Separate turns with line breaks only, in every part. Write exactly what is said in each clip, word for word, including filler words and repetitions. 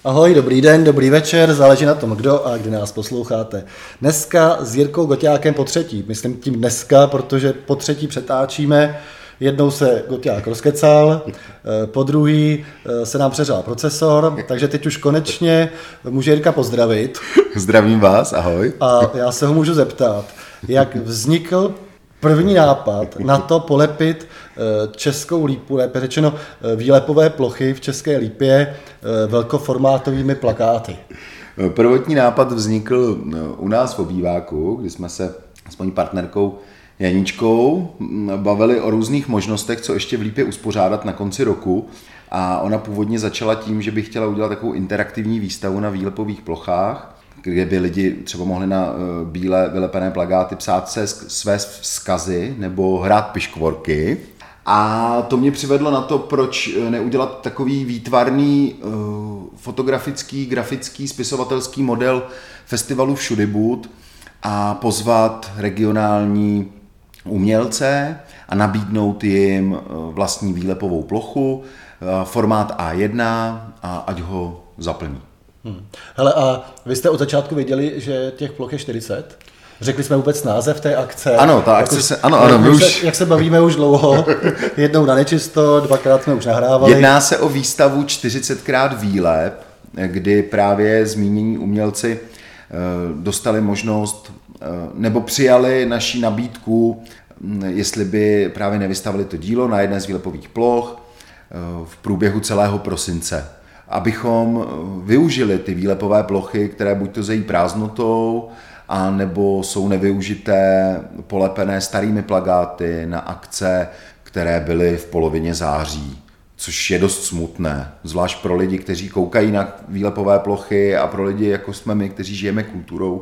Ahoj, dobrý den, dobrý večer, záleží na tom, kdo a kdy nás posloucháte. Dneska s Jirkou Goťákem po třetí, myslím tím dneska, protože po třetí přetáčíme. Jednou se Goťák rozkecal, po druhý se nám přeřál procesor, takže teď už konečně může Jirka pozdravit.
Zdravím vás, ahoj.
A já se ho můžu zeptat, jak vznikl první nápad na to polepit českou lípu, lépe řečeno výlepové plochy v České lípě velkoformátovými plakáty.
Prvotní nápad vznikl u nás v obýváku, kdy jsme se s mojí partnerkou Janičkou bavili o různých možnostech, co ještě v Lípě uspořádat na konci roku. A ona původně začala tím, že by chtěla udělat takovou interaktivní výstavu na výlepových plochách, kde by lidi třeba mohli na bílé vylepené plakáty psát se své vzkazy nebo hrát piškvorky. A to mě přivedlo na to, proč neudělat takový výtvarný fotografický, grafický, spisovatelský model festivalu Všudybuď a pozvat regionální umělce a nabídnout jim vlastní výlepovou plochu, formát á jedna a ať ho zaplní.
Hmm. Hele, a vy jste od začátku věděli, že těch ploch je čtyřicet? Řekli jsme vůbec název té akce.
Ano, ta akce se, ano, ano,
my
už...
se, jak se bavíme už dlouho, jednou na nečisto, dvakrát jsme už nahrávali.
Jedná se o výstavu čtyřicetkrát výlep, kdy právě zmínění umělci dostali možnost nebo přijali naši nabídku, jestli by právě nevystavili to dílo na jedné z výlepových ploch v průběhu celého prosince. Abychom využili ty výlepové plochy, které buď to zejí prázdnotou, a nebo jsou nevyužité, polepené starými plakáty na akce, které byly v polovině září, což je dost smutné, zvlášť pro lidi, kteří koukají na výlepové plochy a pro lidi, jako jsme my, kteří žijeme kulturou,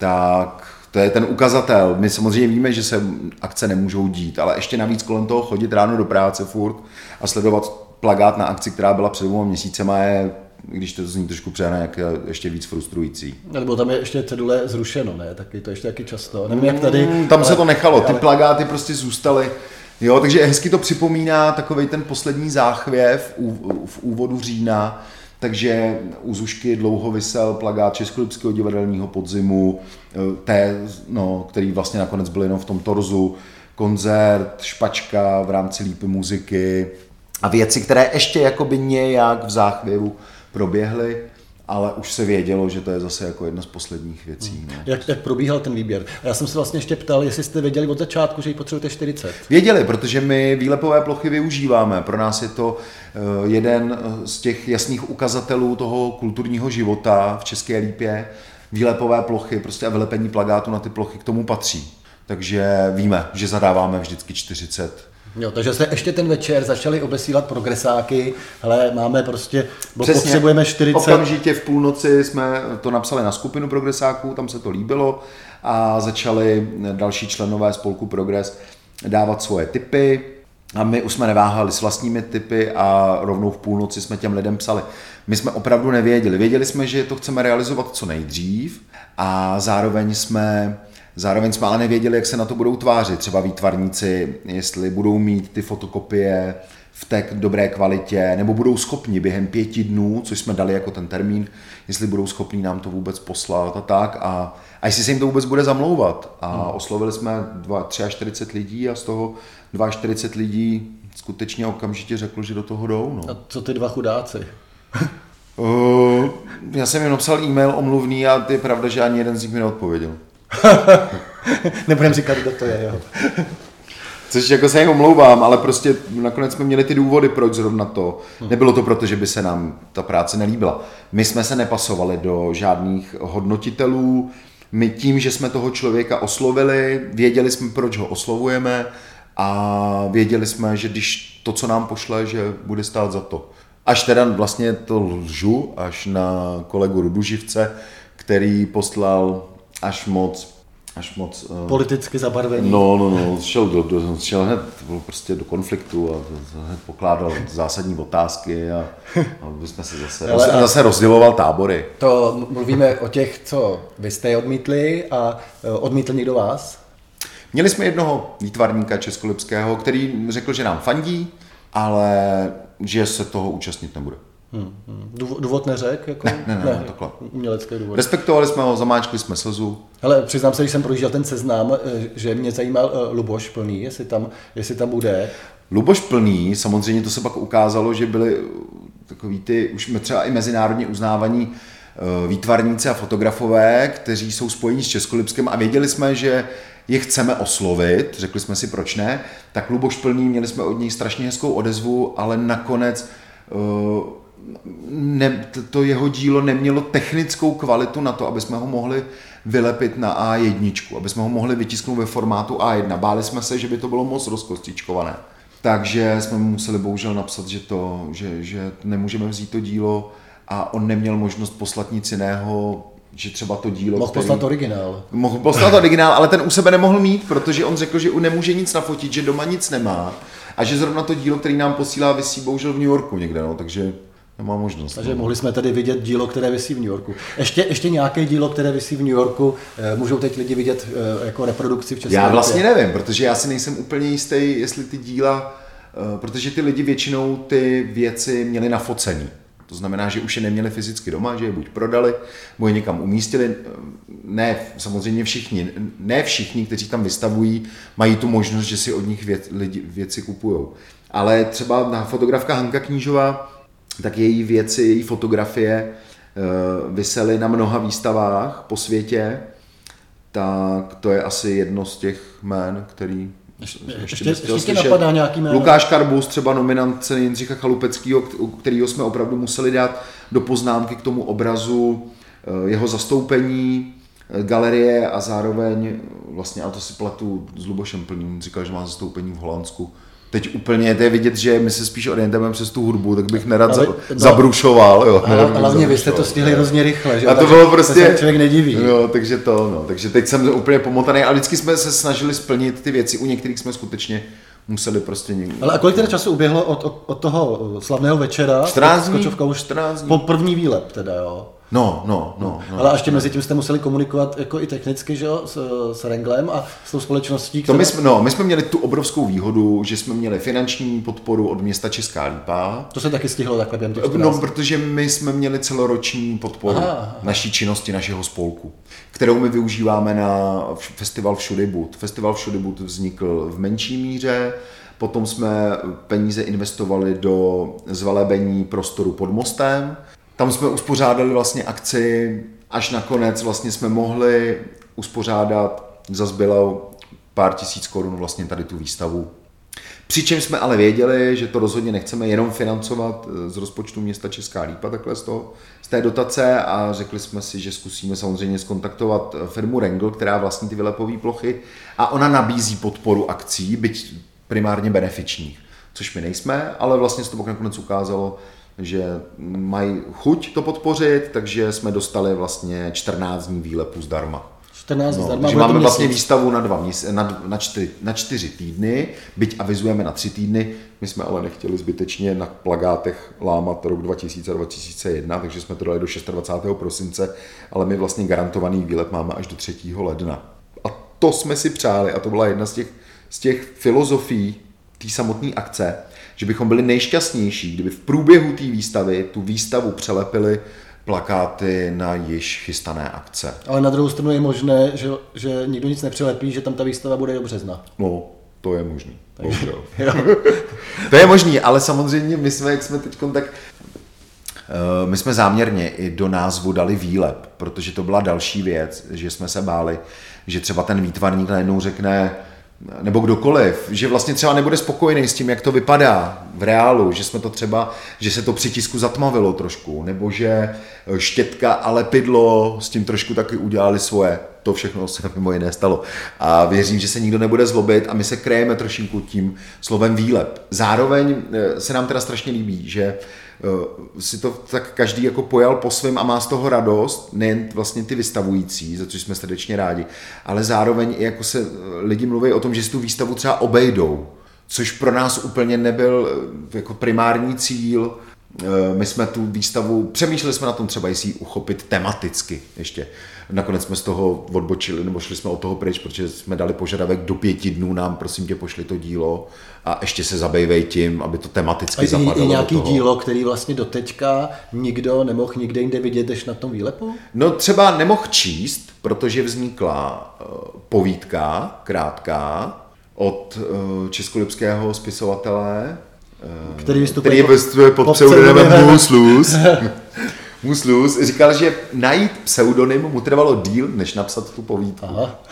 tak to je ten ukazatel. My samozřejmě víme, že se akce nemůžou dít, ale ještě navíc kolem toho chodit ráno do práce furt a sledovat plakát na akci, která byla před dvěma měsícema, je, když to zní trošku přehnaně, jak ještě víc frustrující.
Nebo tam je ještě cedule zrušeno, ne? Taky to ještě taky často. Nevím, jak tady.
Mm, tam
ale,
se to nechalo, ty
ale...
plakáty prostě zůstaly. Jo, takže hezky to připomíná takovej ten poslední záchvěv v úvodu října, takže u Zušky dlouho visel plakát Českolipského divadelního podzimu, té, no, který vlastně nakonec byl jenom v tom torzu, koncert, špačka v rámci Lípy muziky a věci, které ještě jakoby nějak v záchvěvu proběhly, ale už se vědělo, že to je zase jako jedna z posledních věcí. No.
Jak, jak probíhal ten výběr? Já jsem se vlastně ještě ptal, jestli jste věděli od začátku, že ji potřebujete čtyřicet.
Věděli, protože my výlepové plochy využíváme. Pro nás je to jeden z těch jasných ukazatelů toho kulturního života v České Lípě. Výlepové plochy prostě a vylepení plakátu na ty plochy k tomu patří. Takže víme, že zadáváme vždycky čtyřicet.
Jo, takže jste ještě ten večer začali obesílat progresáky, ale máme prostě, bo
Přesně,
potřebujeme čtyřicet.
Okamžitě v půlnoci jsme to napsali na skupinu progresáků, tam se to líbilo a začali další členové spolku Progres dávat svoje tipy a my už jsme neváhali s vlastními tipy a rovnou v půlnoci jsme těm lidem psali. My jsme opravdu nevěděli, věděli jsme, že to chceme realizovat co nejdřív a zároveň jsme Zároveň jsme ale nevěděli, jak se na to budou tvářit. Třeba výtvarníci, jestli budou mít ty fotokopie v té dobré kvalitě, nebo budou schopni během pěti dnů, což jsme dali jako ten termín, jestli budou schopni nám to vůbec poslat a tak. A, a jestli se jim to vůbec bude zamlouvat. A hmm. oslovili jsme čtyřicet tři lidí a z toho čtyřicet dva lidí skutečně okamžitě řekl, že do toho jdou. No.
A co ty dva chudáci?
uh, já jsem jim napsal e-mail omluvný a je pravda, že ani jeden z nich mi neodpověděl.
Nebudem říkat, kdo to je, jo.
Což jako se jim omlouvám, ale prostě nakonec jsme měli ty důvody, proč zrovna to. Nebylo to proto, že by se nám ta práce nelíbila. My jsme se nepasovali do žádných hodnotitelů, my tím, že jsme toho člověka oslovili, věděli jsme, proč ho oslovujeme a věděli jsme, že když to, co nám pošle, že bude stát za to. Až teda vlastně to lžu, až na kolegu Ruduživce, který poslal až moc, až moc... Uh,
politicky zabarvený.
No, no, no, šel, do, do, šel hned prostě do konfliktu a hned pokládal zásadní otázky a, a jsme se zase, Ale, roz, zase rozděloval tábory.
To mluvíme o těch, co vy jste odmítli a odmítl někdo vás?
Měli jsme jednoho výtvarníka českolipského, který řekl, že nám fandí, ale že se toho účastnit nebude.
Hmm, hmm. Důvod neřek? Jako?
Ne, ne, ne, ne, takhle.
Umělecké důvody.
Respektovali jsme ho, zamáčkli jsme slzu.
Hele, přiznám se, když jsem projížděl ten seznam, že mě zajímal Luboš Plný, jestli tam, jestli tam bude.
Luboš Plný, samozřejmě to se pak ukázalo, že byli takový ty, už třeba i mezinárodně uznávaní výtvarníci a fotografové, kteří jsou spojení s Českolipskem a věděli jsme, že je chceme oslovit, řekli jsme si proč ne, tak Luboš Plný, měli jsme od něj strašně hezkou odezvu, ale nakonec ne, to jeho dílo nemělo technickou kvalitu na to, aby jsme ho mohli vylepit na á jedna, aby jsme ho mohli vytisknout ve formátu á jedna. Báli jsme se, že by to bylo moc rozkostičkované. Takže jsme mu museli bohužel napsat, že, to, že, že nemůžeme vzít to dílo a on neměl možnost poslat nic jiného, že třeba to dílo...
Mohl který... poslat originál.
Mohl poslat originál, ale ten u sebe nemohl mít, protože on řekl, že u nemůže nic nafotit, že doma nic nemá a že zrovna to dílo, který nám posílá, visí bohužel v New Yorku někde, no, takže nemá možnost.
Takže no. Mohli jsme tady vidět dílo, které visí v New Yorku. Ještě, ještě nějaké dílo, které visí v New Yorku, můžou teď lidi vidět jako reprodukci v České
Já vlastně Evropě. Nevím, protože já si nejsem úplně jistý, jestli ty díla, protože ty lidi většinou ty věci měli nafocený. To znamená, že už je neměli fyzicky doma, že je buď prodali, nebo je někam umístili. Ne, samozřejmě všichni, ne všichni, kteří tam vystavují, mají tu možnost, že si od nich věc, lidi, věci kupujou. Ale třeba na fotografka Hanka Knížová, tak její věci, její fotografie visely na mnoha výstavách po světě, tak to je asi jedno z těch jmén, který ještě,
ještě, ještě, ještě napadá nějaký jméno.
Lukáš Karbus, třeba nominant ceny Jindřicha Chalupeckého, kterýho jsme opravdu museli dát do poznámky k tomu obrazu jeho zastoupení, galerie a zároveň, vlastně, a to si pletu s Lubošem Plným, říkal, že má zastoupení v Holandsku. Teď úplně to je vidět, že my se spíš orientujeme přes tu hudbu, tak bych nerad ale, no, zabrušoval. Jo,
ale hlavně vy jste to stihli hrozně rychle, že?
A to bylo prostě,
se člověk nediví.
No, takže to, no, takže teď jsem úplně pomotaný, ale vždycky jsme se snažili splnit ty věci, u některých jsme skutečně museli prostě někdy.
Ale a kolik teda času uběhlo od, od, od toho slavného večera?
čtrnáct dní.
Už čtrnáct dní. Po první výlep teda, jo?
No, no, no. no
ale ještě mezi tím jste museli komunikovat jako i technicky, že jo, s, s Renglem a s tou společností, která...
To my jsme, no, my jsme měli tu obrovskou výhodu, že jsme měli finanční podporu od města Česká Lípa.
To se taky stihlo takhle během těch
No, protože my jsme měli celoroční podporu aha, aha. naší činnosti, našeho spolku, kterou my využíváme na festival Všudybuď. Festival Všudybuď vznikl v menší míře, potom jsme peníze investovali do zvelebení prostoru pod mostem. Tam jsme uspořádali vlastně akci, až nakonec vlastně jsme mohli uspořádat, zazbylo pár tisíc korun vlastně tady tu výstavu. Přičemž jsme ale věděli, že to rozhodně nechceme jenom financovat z rozpočtu města Česká Lípa, takhle z, toho, z té dotace a řekli jsme si, že zkusíme samozřejmě skontaktovat firmu Rengl, která vlastní ty výlepové plochy a ona nabízí podporu akcí, byť primárně benefičních, což my nejsme, ale vlastně se to pak nakonec ukázalo, že mají chuť to podpořit, takže jsme dostali vlastně čtrnáct dní výlepu zdarma.
čtrnáct dní
no,
zdarma.
Takže máme vlastně výstavu na, dva měsíce, na, na, čtyři, na čtyři týdny, byť avizujeme na tři týdny, my jsme ale nechtěli zbytečně na plakátech lámat rok dva tisíce a dva tisíce jedna, takže jsme to dali do dvacátého šestého prosince, ale my vlastně garantovaný výlet máme až do třetího ledna. A to jsme si přáli a to byla jedna z těch, z těch filozofií té samotné akce, že bychom byli nejšťastnější, kdyby v průběhu té výstavy tu výstavu přelepili plakáty na již chystané akce.
Ale na druhou stranu je možné, že, že nikdo nic nepřelepí, že tam ta výstava bude do března.
No, to je možný. To je možný, ale samozřejmě my jsme, jak jsme teď tak... My jsme záměrně i do názvu dali výlep, protože to byla další věc, že jsme se báli, že třeba ten výtvarník najednou řekne, nebo kdokoliv, že vlastně třeba nebude spokojený s tím, jak to vypadá v reálu, že jsme to třeba, že se to při tisku zatmavilo trošku, nebo že štětka a lepidlo s tím trošku taky udělali svoje. To všechno se mimo jiné stalo. A věřím, že se nikdo nebude zlobit a my se krejeme trošinku tím slovem výlep. Zároveň se nám teda strašně líbí, že si to tak každý jako pojal po svém a má z toho radost, nejen vlastně ty vystavující, za což jsme srdečně rádi, ale zároveň i jako se lidi mluví o tom, že si tu výstavu třeba obejdou, což pro nás úplně nebyl jako primární cíl. My jsme tu výstavu, přemýšleli jsme na tom třeba, jestli ji uchopit tematicky ještě. Nakonec jsme z toho odbočili, nebo šli jsme od toho pryč, protože jsme dali požadavek do pěti dnů nám, prosím tě, pošli to dílo a ještě se zabývej tím, aby to tematicky zapadalo.
A je nějaký dílo, který vlastně doteďka nikdo nemohl nikde jinde vidět, než na tom výlepu?
No třeba nemohl číst, protože vznikla povídka krátká od českolipského spisovatele,
který vystupuje,
který vystupuje pod, pod pseudonymem Muslus. Muslus říkal, že najít pseudonym mu trvalo díl, než napsat tu povídku.
Aha.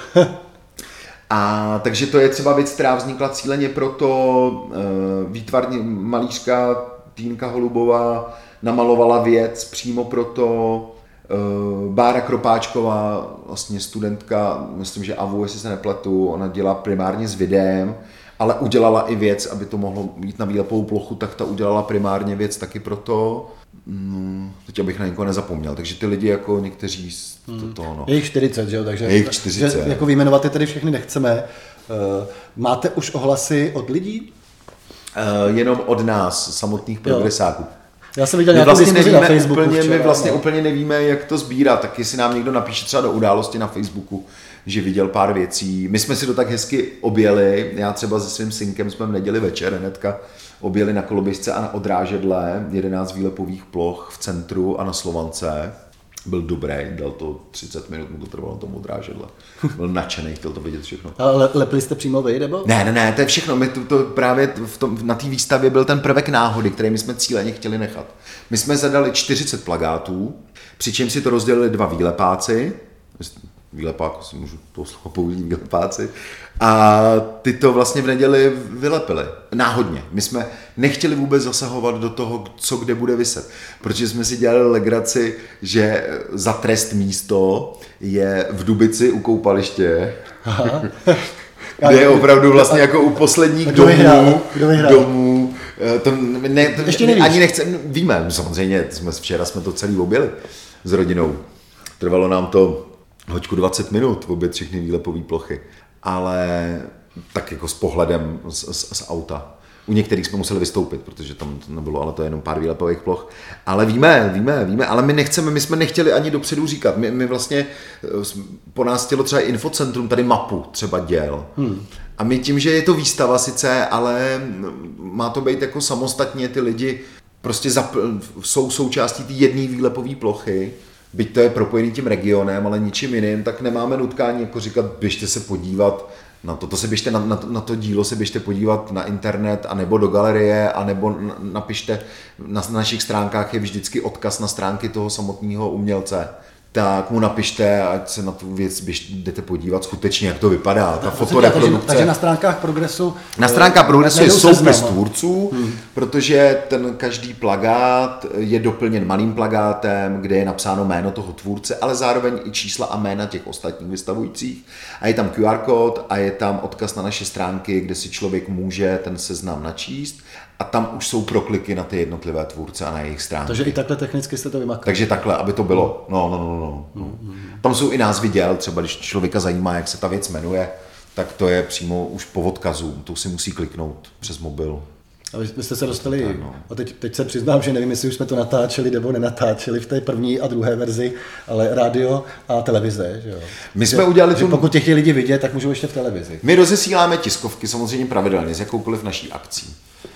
A takže to je třeba věc, která vznikla cíleně proto, výtvarně malířka Týnka Holubová namalovala věc přímo proto, Bára Kropáčková, vlastně studentka, myslím, že A V U, jestli se nepletu, ona dělá primárně s videem, ale udělala i věc, aby to mohlo jít na výlepovou plochu, tak ta udělala primárně věc taky proto. No, teď abych na někoho nezapomněl, takže ty lidi jako někteří z to, toho, no.
Je jich čtyřicet, že jo, takže
je jich čtyřicet.
Že, jako vyjmenovat je tady všechny nechceme. Máte už ohlasy od lidí?
Uh, jenom od nás, samotných progresáků.
Já jsem viděl
my
nějakou
vlastně
diskuzi na Facebooku
úplně,
včera,
My vlastně
no.
úplně nevíme, jak to sbírat, tak jestli nám někdo napíše třeba do události na Facebooku, že viděl pár věcí. My jsme si to tak hezky objeli, já třeba se svým synkem jsme v neděli večer hnedka objeli na koloběžce a na odrážedle jedenáct výlepových ploch v centru a na Slovance. Byl dobrý, dal to třicet minut, mu to trvalo na tom odrážedle. Byl nadšený, chtěl to vidět všechno.
A le, lepili jste přímo vy, nebo?
Ne, ne, ne, to je všechno. My to, to právě v tom, na té výstavě byl ten prvek náhody, který my jsme cíleně chtěli nechat. My jsme zadali čtyřicet plakátů, přičemž si to rozdělili dva výlepáci, výlepák, si můžu to slovo použít, výlepáci, a ty to vlastně v neděli vylepili. Náhodně. My jsme nechtěli vůbec zasahovat do toho, co kde bude viset, protože jsme si dělali legraci, že za trest místo je v Dubici u koupaliště, kde je opravdu vlastně jako u posledních domů, domů, to, ne, to,
Ještě
ne, ani nechce, víme, samozřejmě, jsme, včera jsme to celý objeli s rodinou. Trvalo nám to hoďku dvacet minut obět všechny výlepové plochy, ale tak jako s pohledem z, z, z auta. U některých jsme museli vystoupit, protože tam to nebylo, ale to je jenom pár výlepových ploch. Ale víme, víme, víme, ale my nechceme, my jsme nechtěli ani dopředu říkat. My, my vlastně, po nás chtělo třeba infocentrum, tady mapu třeba děl. Hmm. A my tím, že je to výstava sice, ale má to být jako samostatně, ty lidi prostě zapl, jsou součástí té jedné výlepové plochy, byť to je propojený tím regionem, ale ničím jiným, tak nemáme nutkání jako říkat, běžte se podívat na to, to se běžte na, na, na to dílo se běžte podívat na internet, anebo do galerie, anebo napište, na, na našich stránkách je vždycky odkaz na stránky toho samotného umělce. Tak mu napište, ať se na tu věc běž, jdete podívat skutečně, jak to vypadá, ta fotoreprodukce.
Takže na stránkách Progresu...
Na stránkách Progresu je soupis tvůrců, hmm. protože ten každý plakát je doplněn malým plakátem, kde je napsáno jméno toho tvůrce, ale zároveň i čísla a jména těch ostatních vystavujících. A je tam Q R kód a je tam odkaz na naše stránky, kde si člověk může ten seznam načíst. A tam už jsou prokliky na ty jednotlivé tvůrce a na jejich stránky.
Takže i takhle technicky jste to vymakali.
Takže takhle, aby to bylo. No, no, no, no. no. Mm, mm. Tam jsou i názvy děl, třeba když člověka zajímá, jak se ta věc jmenuje, tak to je přímo už po odkazu, to si musí kliknout přes mobil.
A vy jste se dostali,
tak, no.
a teď, teď se přiznám, že nevím, jestli už jsme to natáčeli nebo nenatáčeli v té první a druhé verzi, ale rádio a televize, že jo.
My jsme že, udělali
že tu... pokud těch lidi vidět, tak můžou ještě v televizi.
My rozesíláme tiskovky samozřejmě pravidelně s jakoukoliv naší akcí.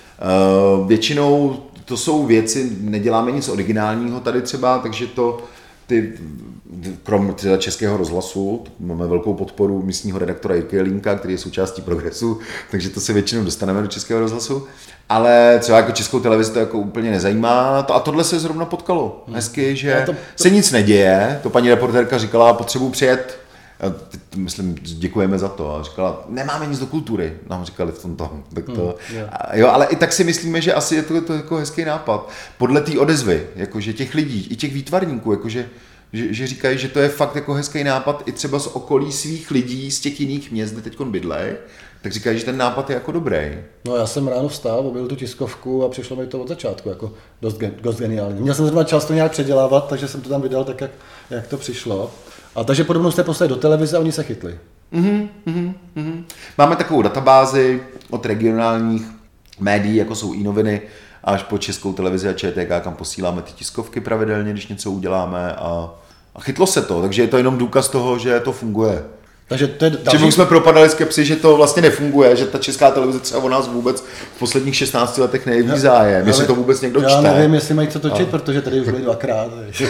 Uh, většinou to jsou věci, neděláme nic originálního tady třeba, takže to ty, krom teda Českého rozhlasu, máme velkou podporu místního redaktora Jirky Jelínka, který je součástí Progresu, takže to se většinou dostaneme do Českého rozhlasu, ale třeba jako Českou televizi to jako úplně nezajímá a tohle se zrovna potkalo hezky, že to, to... se nic neděje, to paní reportérka říkala, potřebuji přijet. Myslím, děkujeme za to. A říkala, nemáme nic do kultury, nám říkali v tom tam. Tak to, mm, yeah. a jo, ale i tak si myslíme, že asi je to, to jako hezký nápad. Podle té odezvy, jakože těch lidí, i těch výtvarníků, jakože, že, že říkají, že to je fakt jako hezký nápad i třeba z okolí svých lidí, z těch jiných měst, kde teďkon bydlej, tak říkají, že ten nápad je jako dobrý.
No já jsem ráno vstál, objevil tu tiskovku a přišlo mi to od začátku jako dost, dost geniální. Měl jsem zrovna čas to nějak předělávat, takže jsem to tam vydal tak, jak, jak to přišlo. A takže podobnou jste poslali do televize a oni se chytli.
Mm-hmm, mm-hmm. Máme takovou databázi od regionálních médií, jako jsou i noviny, až po Českou televizi a Č T K, kam posíláme ty tiskovky pravidelně, když něco uděláme a, a chytlo se to, takže je to jenom důkaz toho, že to funguje.
Takže to je další...
Čemu jsme propadali skepsi, že to vlastně nefunguje, že ta Česká televize třeba o nás vůbec v posledních šestnácti letech nejeví zájem, jestli to vůbec někdo
já
čte.
Já nevím, jestli mají co točit, a... protože tady už byli dvakrát.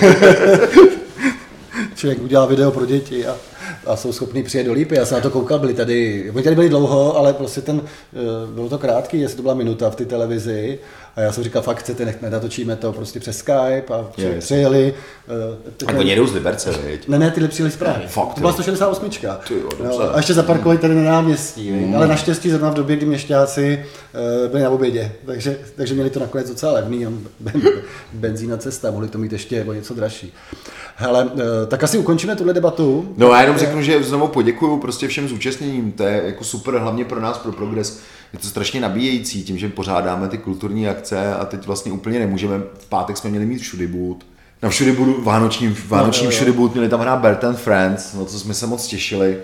Člověk udělá video pro děti a, a jsou schopní přijet do Lípy. Já jsem na to koukal, byli tady, oni tady byli dlouho, ale prostě ten, bylo to krátký, jestli to byla minuta v té televizi. A já jsem říkal, fakt chcete, nech, nenatočíme to prostě přes Skype a yes. přijeli.
A oni jedou z Liberce, viď?
Ne, ne, tyhle přijeli z Prahy.
Fakt,
to byla sto šedesát osm.
Ty jo,
no, a ještě zaparkovali tady na náměstí. Mm. Ale naštěstí zrovna v době, kdy měšťáci uh, byli na obědě. Takže, takže měli to nakonec docela levný. Benzín na cesta, mohli to mít ještě o něco dražší. Hele, uh, tak asi ukončíme tuhle debatu.
No já jenom řeknu, že znovu poděkuju prostě všem zúčastněním. To je jako super, hlavně pro nás, pro Progres. Je to strašně nabíjející tím, že pořádáme ty kulturní akce a teď vlastně úplně nemůžeme. V pátek jsme měli mít Všudyboot. Na Všudybootu, vánočním, vánočním no, Všudyboot, měli tam hrát Bert and Friends, no to jsme se moc těšili.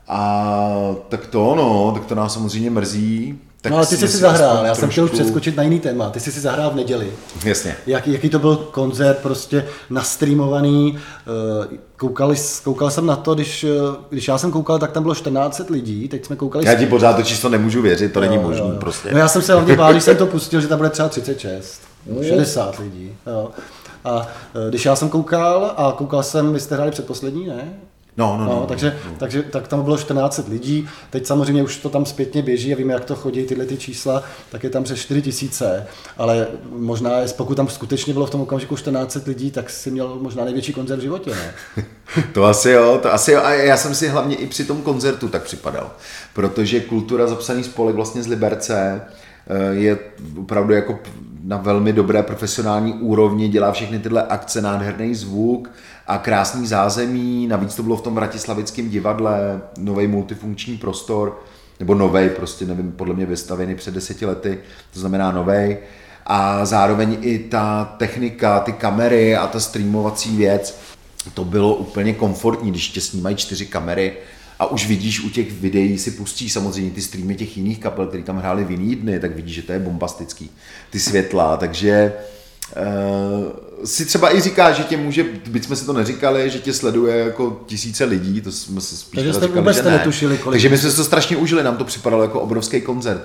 A tak to no, tak to nás samozřejmě mrzí. Tak
no ale ty jsi si zahrál, já jsem chtěl přeskočit na jiný téma, ty jsi si zahrál v neděli.
Jasně.
Jak, jaký to byl koncert, prostě nastreamovaný, koukal, koukal jsem na to, když, když já jsem koukal, tak tam bylo čtrnáct set lidí, teď jsme koukali...
Já ti pořád to číslo nemůžu věřit, to jo, není možné prostě.
No já jsem se hlavně bál, když jsem to pustil, že tam bude třeba třicet šest, šedesát lidí. Jo. A když já jsem koukal a koukal jsem, vy jste hráli předposlední, ne?
No, no, no,
no, takže, no. takže tak tam bylo čtrnáct set lidí, teď samozřejmě už to tam zpětně běží a víme, jak to chodí tyhle ty čísla, tak je tam přes čtyři tisíce, ale možná, pokud tam skutečně bylo v tom okamžiku čtrnáct set lidí, tak si měl možná největší koncert v životě, ne?
To asi jo, to asi jo, a já jsem si hlavně i při tom koncertu tak připadal, protože Kultura zapsaný spolek vlastně z Liberce je opravdu jako na velmi dobré profesionální úrovni, dělá všechny tyhle akce, nádherný zvuk a krásný zázemí, navíc to bylo v tom Vratislavickém divadle, nový multifunkční prostor, nebo novej, prostě nevím, podle mě vystavený před deseti lety, to znamená novej, a zároveň i ta technika, ty kamery a ta streamovací věc, to bylo úplně komfortní, když tě snímají čtyři kamery, a už vidíš u těch videí, si pustíš samozřejmě ty streamy těch jiných kapel, který tam hráli v jiný dny, tak vidíš, že to je bombastický, ty světla, takže uh, si třeba i říká, že tě může, byť jsme si to neříkali, že tě sleduje jako tisíce lidí, to jsme se spíš
takže jste
říkali,
vůbec
že ne.
netušili, kolik.
Takže my jsme si to strašně užili, nám to připadalo jako obrovský koncert.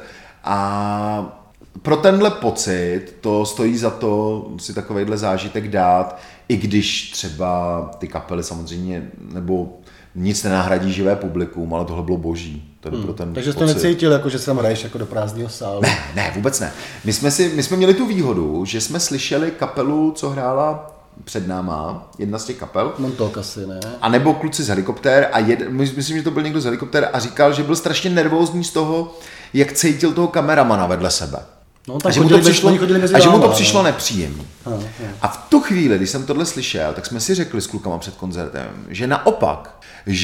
A pro tenhle pocit to stojí za to si takovejhle zážitek dát, i když třeba ty kapely samozřejmě, nebo nic nenahradí živé publikum, ale tohle bylo boží.
Hmm.
Pro ten
Takže jsi to necítil, jako že se tam hraješ jako do prázdného sálu?
Ne, ne, vůbec ne. My jsme, si, my jsme měli tu výhodu, že jsme slyšeli kapelu, co hrála před náma, jedna z těch kapel.
Montauk asi, ne?
A nebo kluci z Helikoptér a jed, myslím, že to byl někdo z Helikoptér a říkal, že byl strašně nervózní z toho, jak cítil toho kameramana vedle sebe.
No,
a že mu to přišlo, a že mu to
váma,
přišlo nepříjemné.
A,
a v tu chvíli, když jsem tohle slyšel, tak jsme si řekli s klukama před koncertem, že naopak,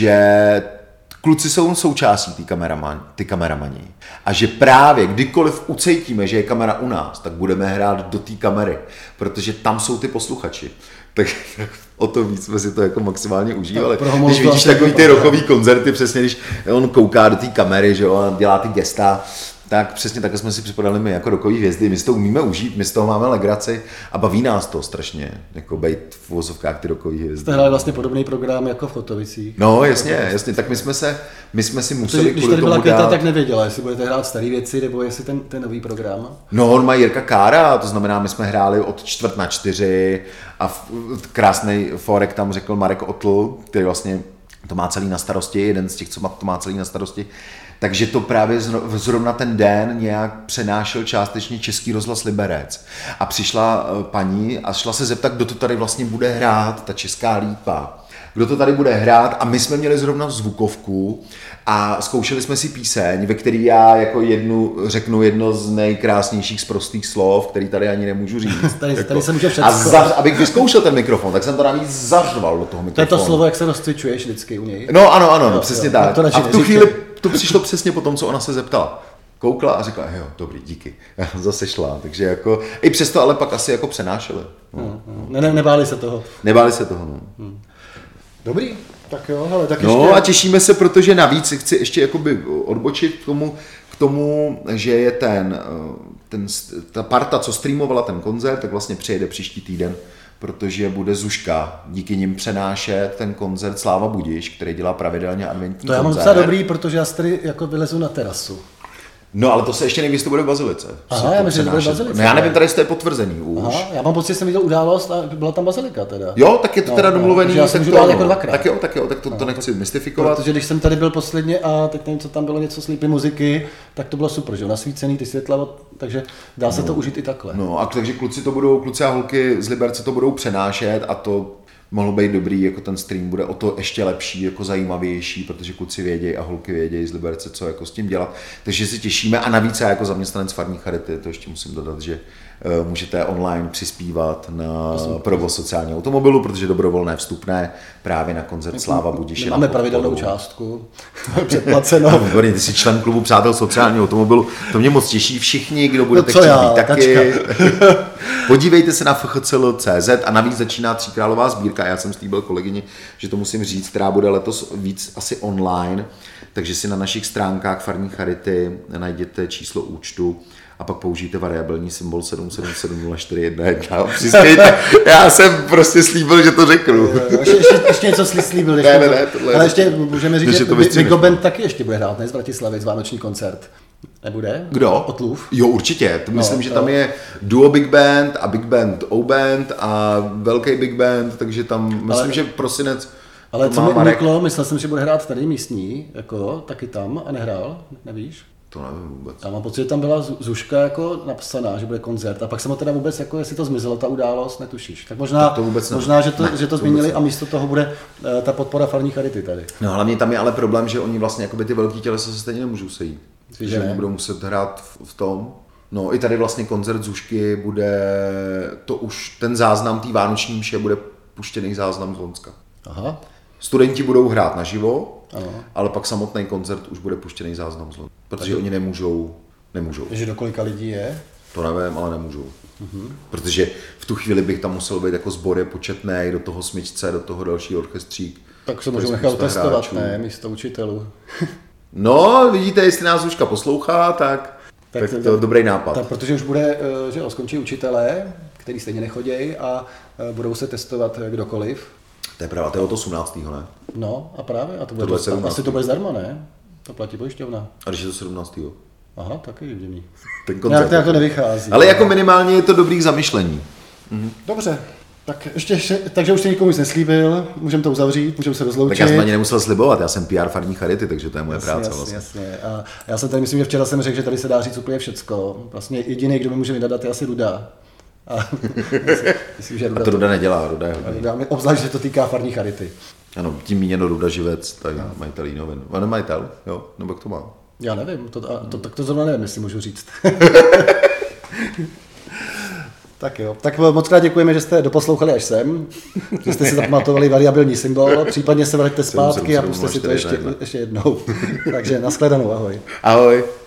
že kluci jsou součástí ty kameramani, ty kameramani. A že právě kdykoliv ucítíme, že je kamera u nás, tak budeme hrát do té kamery, protože tam jsou ty posluchači. Tak o to víc jsme si to jako maximálně užívali. Když vidíš takový ty rockový koncerty, přesně když on kouká do té kamery, že jo, a dělá ty gesta, tak přesně takhle jsme si připadali my jako rockový hvězdy, my si to umíme užít, my z toho máme legraci a baví nás to strašně, jako bejt v uvozovkách ty rockový hvězdy.
Jste hráli vlastně podobný program jako v Chotovicích.
No jasně, jasně, tak my jsme se, my jsme si museli
když tady byla Květa, tak nevěděla, jestli budete hrát staré věci, nebo jestli ten, ten nový program.
No on má Jirka Kára, to znamená, my jsme hráli od čtvrt na čtyři a krásný forek tam řekl Marek Otl, který vlastně to má celý na starosti, jeden z těch, co to má celý na starosti. Takže to právě zrovna ten den nějak přenášel částečně Český rozhlas Liberec. A přišla paní a šla se zeptat, kdo to tady vlastně bude hrát, ta Česká lípa. Kdo to tady bude hrát a my jsme měli zrovna zvukovku a zkoušeli jsme si píseň, ve který já jako jednu řeknu jedno z nejkrásnějších z prostých slov, který tady ani nemůžu říct.
tady,
jako.
tady se může
a za, abych vyzkoušel ten mikrofon, tak jsem to navíc zařval do toho mikrofonu.
To je to slovo, jak se rozcvičuješ vždycky u něj.
No ano, ano, no, přesně
jo,
tak.
To
a v tu chvíli to přišlo přesně po tom, co ona se zeptala. Koukla a řekla, jo, dobrý, díky. Zase šla, takže jako, i přesto ale pak asi jako přenášeli. No.
Ne, ne, nebáli se toho.
Nebáli se toho, no.
Hmm. Dobrý, tak jo, hele, tak
no
ještě...
a těšíme se, protože navíc chci ještě jakoby odbočit k tomu, k tomu, že je ten, ten, ta parta, co streamovala ten koncert, tak vlastně přijede příští týden, protože bude Zuška díky nim přenášet ten koncert Sláva Budiš, který dělá pravidelně adventní
To já mám
koncert.
docela dobrý, protože já tady jako vylezu na terasu.
No, ale to se ještě neví, jestli to bude v Bazilice.
Aha, já myslím, že to bude v Bazilice.
No, já nevím, tady je potvrzený už.
Aha, já mám pocit, že jsem viděl událost a byla tam bazilika teda.
Jo, tak je to teda no, domluvený.
Já jsem
to,
dál jako dvakrát.
Tak jo, tak jo, tak to, no, to nechci mystifikovat.
Protože když jsem tady byl posledně a teď nevím, co tam bylo, něco slípy muziky, tak to bylo super, že nasvícený, ty světla, takže dá se
no,
to užít i takhle.
No a takže kluci to budou, kluci a holky z Liberce to budou přenášet a to mohlo být dobrý, jako ten stream bude o to ještě lepší, jako zajímavější, protože kluci vědějí a holky vědějí z Liberce, co jako s tím dělat. Takže si těšíme a navíc já jako zaměstnanec farní charity, to ještě musím dodat, že uh, můžete online přispívat na provoz sociálního automobilu, protože dobrovolné vstupné právě na koncert Sláva Budiše.
Máme pravidelnou částku, předplaceno.
No, výborně, ty jsi člen klubu Přátel sociálního automobilu, to mě moc těší. Všichni, kdo budete
no
chtít
já,
být taky. Podívejte se na f ch c l tečka c z a navíc začíná tříkrálová sbírka. Já jsem slíbil kolegyni, že to musím říct, která bude letos víc asi online, takže si na našich stránkách farní charity najděte číslo účtu a pak použijte variabilní symbol sedm sedm sedm nula čtyři jedna jedna. Přispějte. Já jsem prostě slíbil, že to řeknu.
Ještě, ještě, ještě něco slíbil. Ještě
ne, ne, ne, tohle
ale ještě můžeme říct, že
Big
Band taky ještě bude hrát, ne? Z Bratislavy, z vánoční koncert. Nebude?
Kdo?
Otlův?
Jo, určitě. To myslím,
no,
že
to...
tam je duo Big Band a Big Band O-Band a velký Big Band, takže tam myslím, ale... že prosinec.
Ale co mi uniklo, myslel jsem, že bude hrát tady místní, jako taky tam a nehrál, nevíš?
To nevím vůbec.
Já mám pocit, že tam byla Zuška jako napsaná, že bude koncert a pak jsem ho teda vůbec, jako jestli to zmizelo, ta událost, netušíš. Tak možná, tak to vůbec možná že to, ne, že to, to změnili a místo toho bude uh, ta podpora farní charity tady.
No hlavně tam je ale problém, že oni vlastně jakoby ty velký tělesa se stejně nemůžou sejít.
Že,
že oni budou muset hrát v, v tom. No i tady vlastně koncert Zušky bude, to už ten záznam té vánoční mše bude puštěný záznam z Lonska.
Aha.
Studenti budou hrát naživo,
ano.
Ale pak samotný koncert už bude puštěný záznam z Lonska. Protože Takže... oni nemůžou, nemůžou.
Že do kolika lidí je?
To nevím, ale nemůžou. Uh-huh. Protože v tu chvíli bych tam musel být jako sbor je početný, do toho smyčce, do toho další orchestřík.
Tak se můžou nechat testovat, ne, místo učitelů.
No, vidíte, jestli nás Zuška poslouchá, tak, tak, tak to je dobrý nápad.
Tak, protože už bude, že jo, skončí učitelé, kteří stejně nechodějí a budou se testovat kdokoliv.
To je pravda, to je od osmnáctého ne?
No a právě, a to bude to, asi to bude zdarma, ne? To platí pojišťovna.
A když je to sedmnáctého
Aha, taky divný.
Ten koncert.
Nějak to nevychází.
Ale jako minimálně je to dobrý k zamyšlení.
Mhm. Dobře. Tak ještě, ještě, takže už jsi nikomu nic neslíbil, můžeme to uzavřít, můžeme se rozloučit.
Tak já jsem ani nemusel slibovat, já jsem P R farní charity, takže to je moje
jasně,
práce
jasně,
vlastně.
Jasně. A já jsem tady myslím, že včera jsem řekl, že tady se dá říct úplně všecko. Vlastně jediný, kdo mi může vydat, je asi Ruda. A, myslím, že Ruda
a to Ruda nedělá, Ruda je hodně.
Obzvlášť, že to týká farní charity.
Ano, tím míněno Ruda Živec, tady no. Majitel Jinovin. On je majitel, jo? Nebo jak to má?
Já nevím, to, to, to, tak to zrovna nevím, jestli můžu říct. Tak jo, tak moc krát děkujeme, že jste doposlouchali až sem, že jste si zapamatovali variabilní symbol, případně se vraťte zpátky a puste si to ještě, ještě jednou. Takže nashledanou, ahoj.
Ahoj.